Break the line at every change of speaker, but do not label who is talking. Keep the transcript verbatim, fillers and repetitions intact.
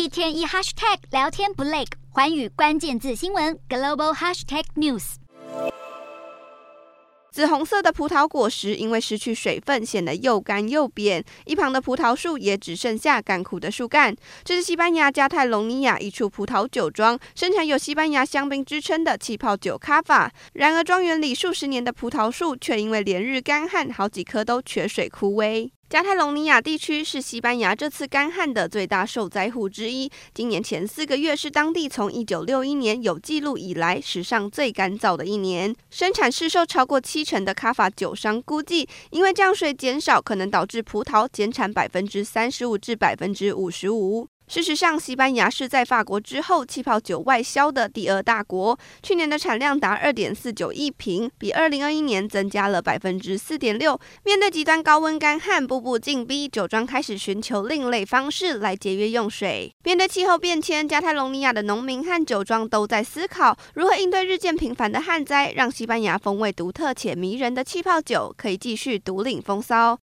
一天一 hashtag 聊天不累，寰宇关键字新闻 global hashtag news。
紫红色的葡萄果实因为失去水分，显得又干又扁，一旁的葡萄树也只剩下干枯的树干。这是西班牙加泰隆尼亚一处葡萄酒庄，生产有西班牙香槟之称的气泡酒卡法。然而，庄园里数十年的葡萄树却因为连日干旱，好几棵都缺水枯萎。加泰隆尼亚地区是西班牙这次干旱的最大受灾户之一。今年前四个月是当地从一九六一年有记录以来史上最干燥的一年。生产市售超过七成的卡法酒商估计，因为降水减少，可能导致葡萄减产百分之三十五至百分之五十五。事实上，西班牙是在法国之后气泡酒外销的第二大国，去年的产量达 二点四九亿瓶，比二零二一年增加了 百分之四点六。面对极端高温干旱步步进逼，酒庄开始寻求另类方式来节约用水。面对气候变迁，加泰隆尼亚的农民和酒庄都在思考如何应对日渐频繁的旱灾，让西班牙风味独特且迷人的气泡酒可以继续独领风骚。